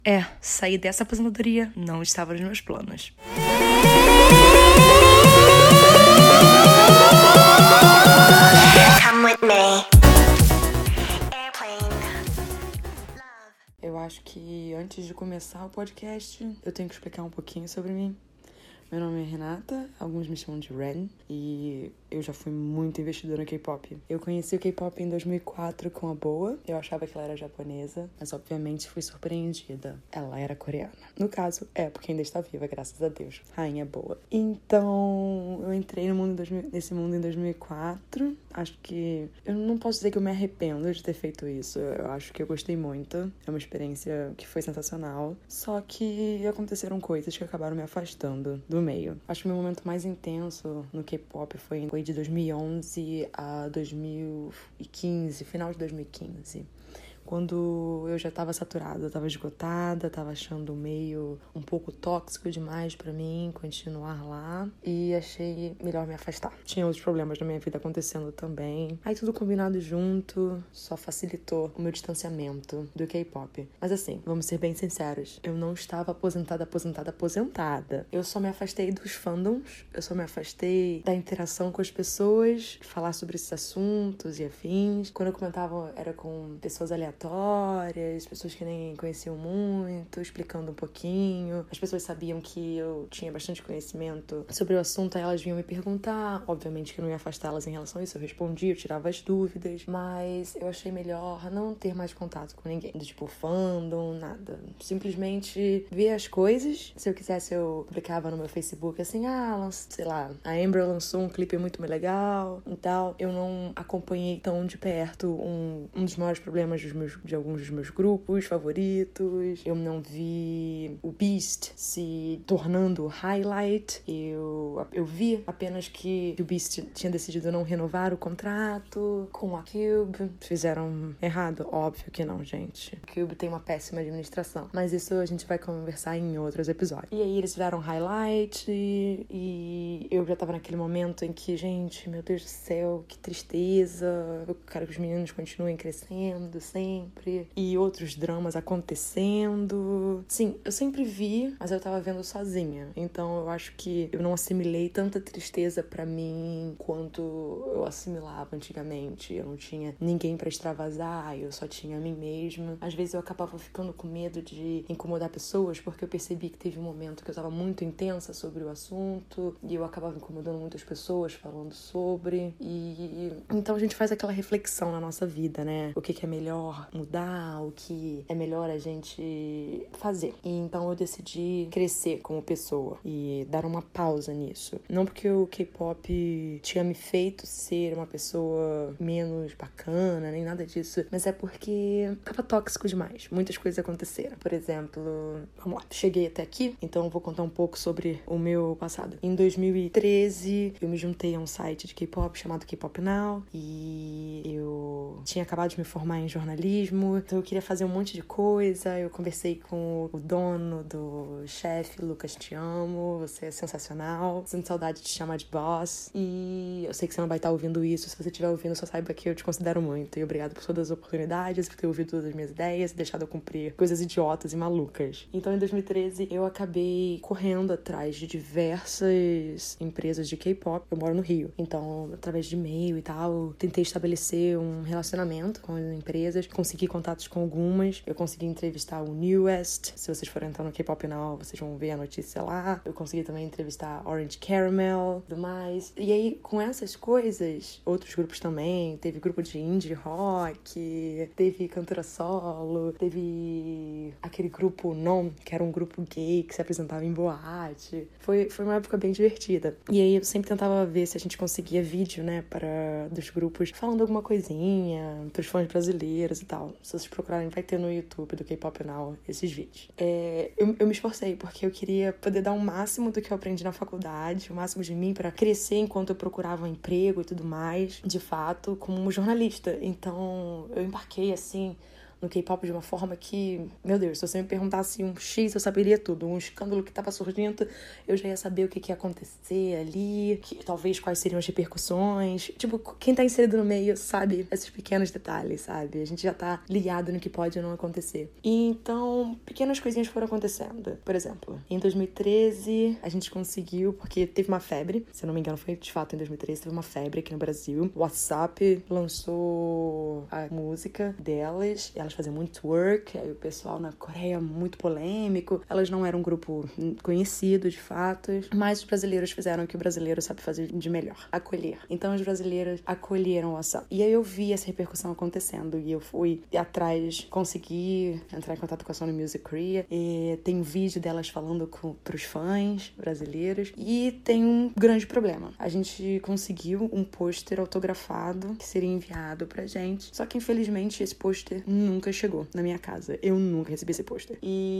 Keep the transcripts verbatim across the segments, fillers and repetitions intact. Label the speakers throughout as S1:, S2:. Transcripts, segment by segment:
S1: É, sair dessa aposentadoria não estava nos meus planos.
S2: Come with me.
S3: Eu acho que antes de começar o podcast, eu tenho que explicar um pouquinho sobre mim. Meu nome é Renata, alguns me chamam de Ren, e eu já fui muito investidora no K-pop. Eu conheci o K-pop em dois mil e quatro com a Boa. Eu achava que ela era japonesa, mas obviamente fui surpreendida. Ela era coreana. No caso, é, porque ainda está viva, graças a Deus. Rainha Boa. Então, eu entrei no mundo dois mil, nesse mundo em dois mil e quatro. Acho que... Eu não posso dizer que eu me arrependo de ter feito isso. Eu acho que eu gostei muito. É uma experiência que foi sensacional. Só que aconteceram coisas que acabaram me afastando do meio. Acho que o meu momento mais intenso no K-pop foi, foi de dois mil e onze a dois mil e quinze, final de dois mil e quinze. Quando eu já tava saturada, eu tava esgotada, tava achando meio um pouco tóxico demais pra mim continuar lá e achei melhor me afastar. Tinha outros problemas na minha vida acontecendo também. Aí tudo combinado junto só facilitou o meu distanciamento do K-pop. Mas assim, vamos ser bem sinceros, eu não estava aposentada, aposentada, aposentada. Eu só me afastei dos fandoms, eu só me afastei da interação com as pessoas, falar sobre esses assuntos e afins. Quando eu comentava, era com pessoas aleatórias, pessoas que nem conheciam muito, explicando um pouquinho. As pessoas sabiam que eu tinha bastante conhecimento sobre o assunto, aí elas vinham me perguntar. Obviamente que eu não ia afastá-las em relação a isso, eu respondia, eu tirava as dúvidas, mas eu achei melhor não ter mais contato com ninguém, do tipo fandom, nada. Simplesmente ver as coisas. Se eu quisesse, eu publicava no meu Facebook assim, ah, sei lá, a Amber lançou um clipe muito legal e tal. Eu não acompanhei tão de perto um, um dos maiores problemas dos meus, de alguns dos meus grupos favoritos. Eu não vi o Beast se tornando highlight. Eu, eu vi apenas que o Beast tinha decidido não renovar o contrato com a Cube. Fizeram errado? Óbvio que não, gente. A Cube tem uma péssima administração. Mas isso a gente vai conversar em outros episódios. E aí eles viraram highlight e, e eu já tava naquele momento em que, gente, meu Deus do céu, que tristeza. Eu quero que os meninos continuem crescendo sempre. E outros dramas acontecendo. Sim, eu sempre vi, mas eu tava vendo sozinha. Então eu acho que eu não assimilei tanta tristeza pra mim quanto eu assimilava antigamente. Eu não tinha ninguém pra extravasar, eu só tinha a mim mesma. Às vezes eu acabava ficando com medo de incomodar pessoas, porque eu percebi que teve um momento que eu tava muito intensa sobre o assunto e eu acabava incomodando muitas pessoas falando sobre. E então a gente faz aquela reflexão na nossa vida, né? O que que é melhor mudar, o que é melhor a gente fazer. E então eu decidi crescer como pessoa e dar uma pausa nisso. Não porque o K-pop tinha me feito ser uma pessoa menos bacana, nem nada disso, mas é porque tava tóxico demais. Muitas coisas aconteceram. Por exemplo, vamos lá, cheguei até aqui, então vou contar um pouco sobre o meu passado. Em dois mil e treze, eu me juntei a um site de K-pop chamado K-Pop Now e eu tinha acabado de me formar em jornalismo, então eu queria fazer um monte de coisa. Eu conversei com o dono do chefe, Lucas, te amo, você é sensacional, sinto saudade de te chamar de boss, e eu sei que você não vai estar ouvindo isso. Se você estiver ouvindo, só saiba que eu te considero muito, e obrigado por todas as oportunidades, por ter ouvido todas as minhas ideias e deixado eu cumprir coisas idiotas e malucas. Então em dois mil e treze eu acabei correndo atrás de diversas empresas de K-pop. Eu moro no Rio, então através de e-mail e tal, tentei estabelecer um relacionamento com as empresas, consegui contatos com algumas. Eu consegui entrevistar o Newest. Se vocês forem entrar no K-Pop Now, vocês vão ver a notícia lá. Eu consegui também entrevistar Orange Caramel e tudo mais. E aí, com essas coisas, outros grupos também. Teve grupo de indie rock, teve cantora solo, teve aquele grupo Non, que era um grupo gay que se apresentava em boate. Foi, foi uma época bem divertida. E aí eu sempre tentava ver se a gente conseguia vídeo, né, para dos grupos falando alguma coisinha pros fãs brasileiros e tal. Se vocês procurarem, vai ter no YouTube do K-Pop Now esses vídeos. É, eu, eu me esforcei porque eu queria poder dar o máximo do que eu aprendi na faculdade, o máximo de mim pra crescer enquanto eu procurava um emprego e tudo mais, de fato, como jornalista. Então eu embarquei assim no K-pop de uma forma que, meu Deus, se você me perguntasse um X, eu saberia tudo. Um escândalo que tava surgindo, eu já ia saber o que, que ia acontecer ali, que, talvez quais seriam as repercussões. Tipo, quem tá inserido no meio sabe esses pequenos detalhes, sabe? A gente já tá ligado no que pode ou não acontecer. E então, pequenas coisinhas foram acontecendo. Por exemplo, em dois mil e treze, a gente conseguiu, porque teve uma febre, se eu não me engano foi de fato em dois mil e treze, teve uma febre aqui no Brasil. O WhatsApp lançou a música delas, e elas faziam muito work, aí o pessoal na Coreia muito polêmico. Elas não eram um grupo conhecido, de fato, mas os brasileiros fizeram o que o brasileiro sabe fazer de melhor, acolher. Então os brasileiros acolheram o WhatsApp. E aí eu vi essa repercussão acontecendo, e eu fui atrás, consegui entrar em contato com a Sony Music Korea, e tem um vídeo delas falando com, pros fãs brasileiros, e tem um grande problema. A gente conseguiu um pôster autografado que seria enviado pra gente, só que infelizmente esse pôster nunca chegou na minha casa. Eu nunca recebi esse pôster.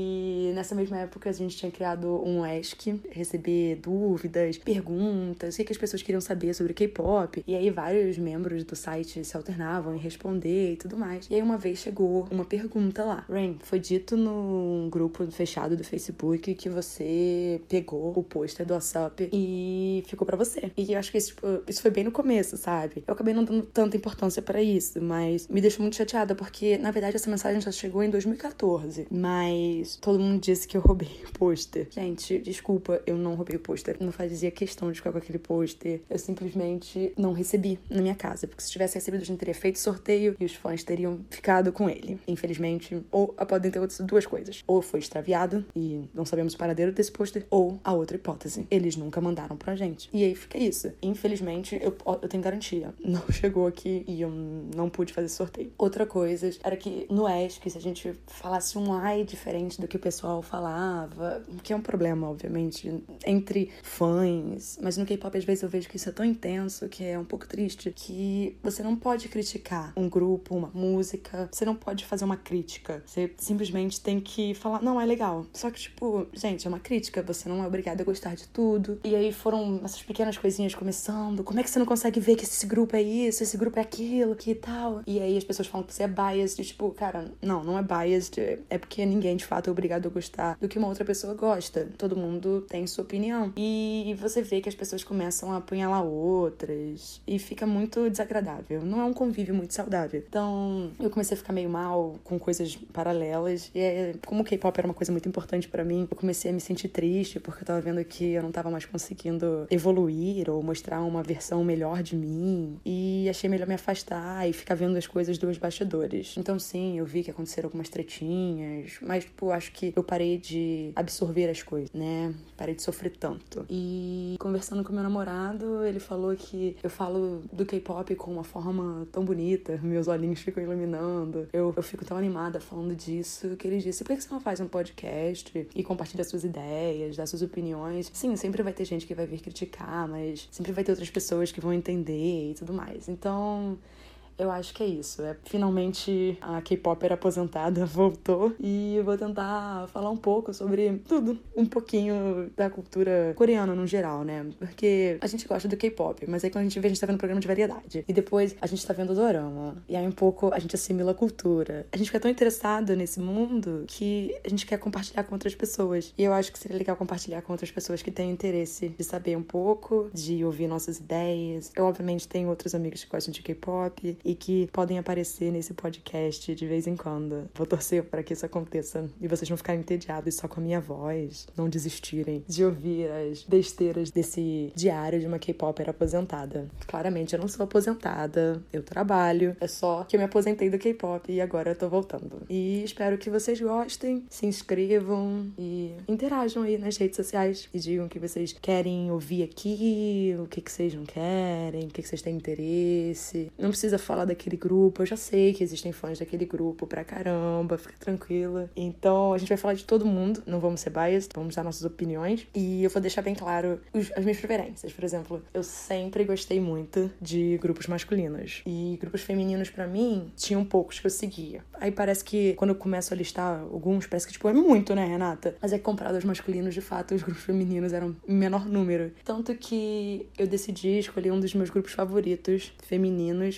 S3: E nessa mesma época a gente tinha criado um ask, receber dúvidas, perguntas, o que, que as pessoas queriam saber sobre K-pop, e aí vários membros do site se alternavam em responder e tudo mais. E aí uma vez chegou uma pergunta lá: Rain, foi dito num grupo fechado do Facebook que você pegou o pôster do WhatsApp e ficou pra você. E eu acho que isso, tipo, isso foi bem no começo, sabe? Eu acabei não dando tanta importância pra isso, mas me deixou muito chateada, porque na verdade essa mensagem já chegou em dois mil e catorze, mas todo mundo disse que eu roubei o pôster. Gente, desculpa, eu não roubei o pôster. Eu não fazia questão de ficar com aquele pôster. Eu simplesmente não recebi na minha casa, porque se tivesse recebido, a gente teria feito sorteio e os fãs teriam ficado com ele. Infelizmente, ou podem ter outras duas coisas: ou foi extraviado e não sabemos o paradeiro desse pôster, ou a outra hipótese, eles nunca mandaram pra gente. E aí fica isso. Infelizmente, eu, eu tenho garantia, não chegou aqui e eu não pude fazer sorteio. Outra coisa era que no ask, se a gente falasse um ai diferente do que o pessoal falava, que é um problema, obviamente, entre fãs, mas no K-pop às vezes eu vejo que isso é tão intenso, que é um pouco triste, que você não pode criticar um grupo, uma música, você não pode fazer uma crítica, você simplesmente tem que falar, não, é legal. Só que, tipo, gente, é uma crítica, você não é obrigado a gostar de tudo. E aí foram essas pequenas coisinhas começando: como é que você não consegue ver que esse grupo é isso, esse grupo é aquilo, que tal? E aí as pessoas falam que você é biased, e, tipo, cara, não, não é biased, é porque ninguém de fato é obrigado a gostar do que uma outra pessoa gosta. Todo mundo tem sua opinião. E você vê que as pessoas começam a apunhalar outras e fica muito desagradável. Não é um convívio muito saudável. Então, eu comecei a ficar meio mal com coisas paralelas. E é, como o K-pop era uma coisa muito importante pra mim, eu comecei a me sentir triste porque eu tava vendo que eu não tava mais conseguindo evoluir ou mostrar uma versão melhor de mim. E achei melhor me afastar e ficar vendo as coisas dos bastidores. Então, sim, eu vi que aconteceram algumas tretinhas, mas, tipo, acho que eu parei de absorver as coisas, né? Parei de sofrer tanto. E conversando com meu namorado, ele falou que eu falo do K-pop com uma forma tão bonita, meus olhinhos ficam iluminando, eu, eu fico tão animada falando disso, que ele disse: por que você não faz um podcast e compartilha suas ideias, dá suas opiniões? Sim, sempre vai ter gente que vai vir criticar, mas sempre vai ter outras pessoas que vão entender e tudo mais. Então, eu acho que é isso. É, finalmente a K-popper aposentada voltou e eu vou tentar falar um pouco sobre tudo, um pouquinho da cultura coreana no geral, né? Porque a gente gosta do K-pop, mas aí quando a gente vê, a gente tá vendo um programa de variedade. E depois a gente tá vendo o dorama. E aí um pouco a gente assimila a cultura. A gente fica tão interessado nesse mundo que a gente quer compartilhar com outras pessoas. E eu acho que seria legal compartilhar com outras pessoas que têm interesse de saber um pouco, de ouvir nossas ideias. Eu, obviamente, tenho outros amigos que gostam de K-pop e que podem aparecer nesse podcast de vez em quando. Vou torcer para que isso aconteça e vocês não ficarem entediados só com a minha voz, não desistirem de ouvir as besteiras desse diário de uma K-popper aposentada. Claramente eu não sou aposentada, eu trabalho, é só que eu me aposentei do K-pop e agora eu tô voltando. E espero que vocês gostem, se inscrevam e interajam aí nas redes sociais e digam o que vocês querem ouvir aqui, o que que vocês não querem, o que que vocês têm interesse. Não precisa falar daquele grupo, eu já sei que existem fãs daquele grupo pra caramba, fica tranquila. Então a gente vai falar de todo mundo, não vamos ser biased, vamos dar nossas opiniões e eu vou deixar bem claro os, as minhas preferências. Por exemplo, eu sempre gostei muito de grupos masculinos e grupos femininos pra mim tinham poucos que eu seguia. Aí parece que quando eu começo a listar alguns, parece que tipo é muito, né, Renata? Mas é que comparado aos masculinos, de fato, os grupos femininos eram em menor número. Tanto que eu decidi escolher um dos meus grupos favoritos femininos pra dar força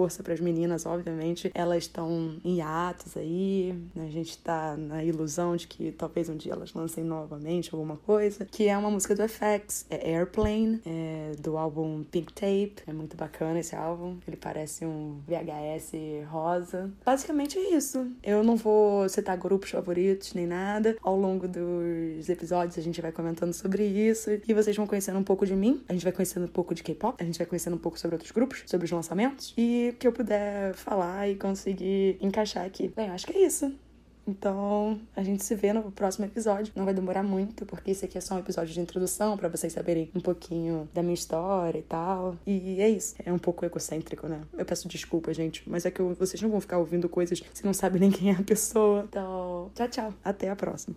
S3: força pras meninas, obviamente. Elas estão em hiatos aí, né? A gente tá na ilusão de que talvez um dia elas lancem novamente alguma coisa, que é uma música do F X, é Airplane, é do álbum Pink Tape. É muito bacana esse álbum, ele parece um V H S rosa. Basicamente é isso. Eu não vou citar grupos favoritos nem nada. Ao longo dos episódios a gente vai comentando sobre isso e vocês vão conhecendo um pouco de mim, a gente vai conhecendo um pouco de K-pop, a gente vai conhecendo um pouco sobre outros grupos, sobre os lançamentos e o que eu puder falar e conseguir encaixar aqui. Bem, eu acho que é isso. Então, a gente se vê no próximo episódio. Não vai demorar muito, porque esse aqui é só um episódio de introdução pra vocês saberem um pouquinho da minha história e tal. E é isso. É um pouco egocêntrico, né? Eu peço desculpa, gente, mas é que eu, vocês não vão ficar ouvindo coisas se não sabem nem quem é a pessoa. Então, tchau, tchau. Até a próxima.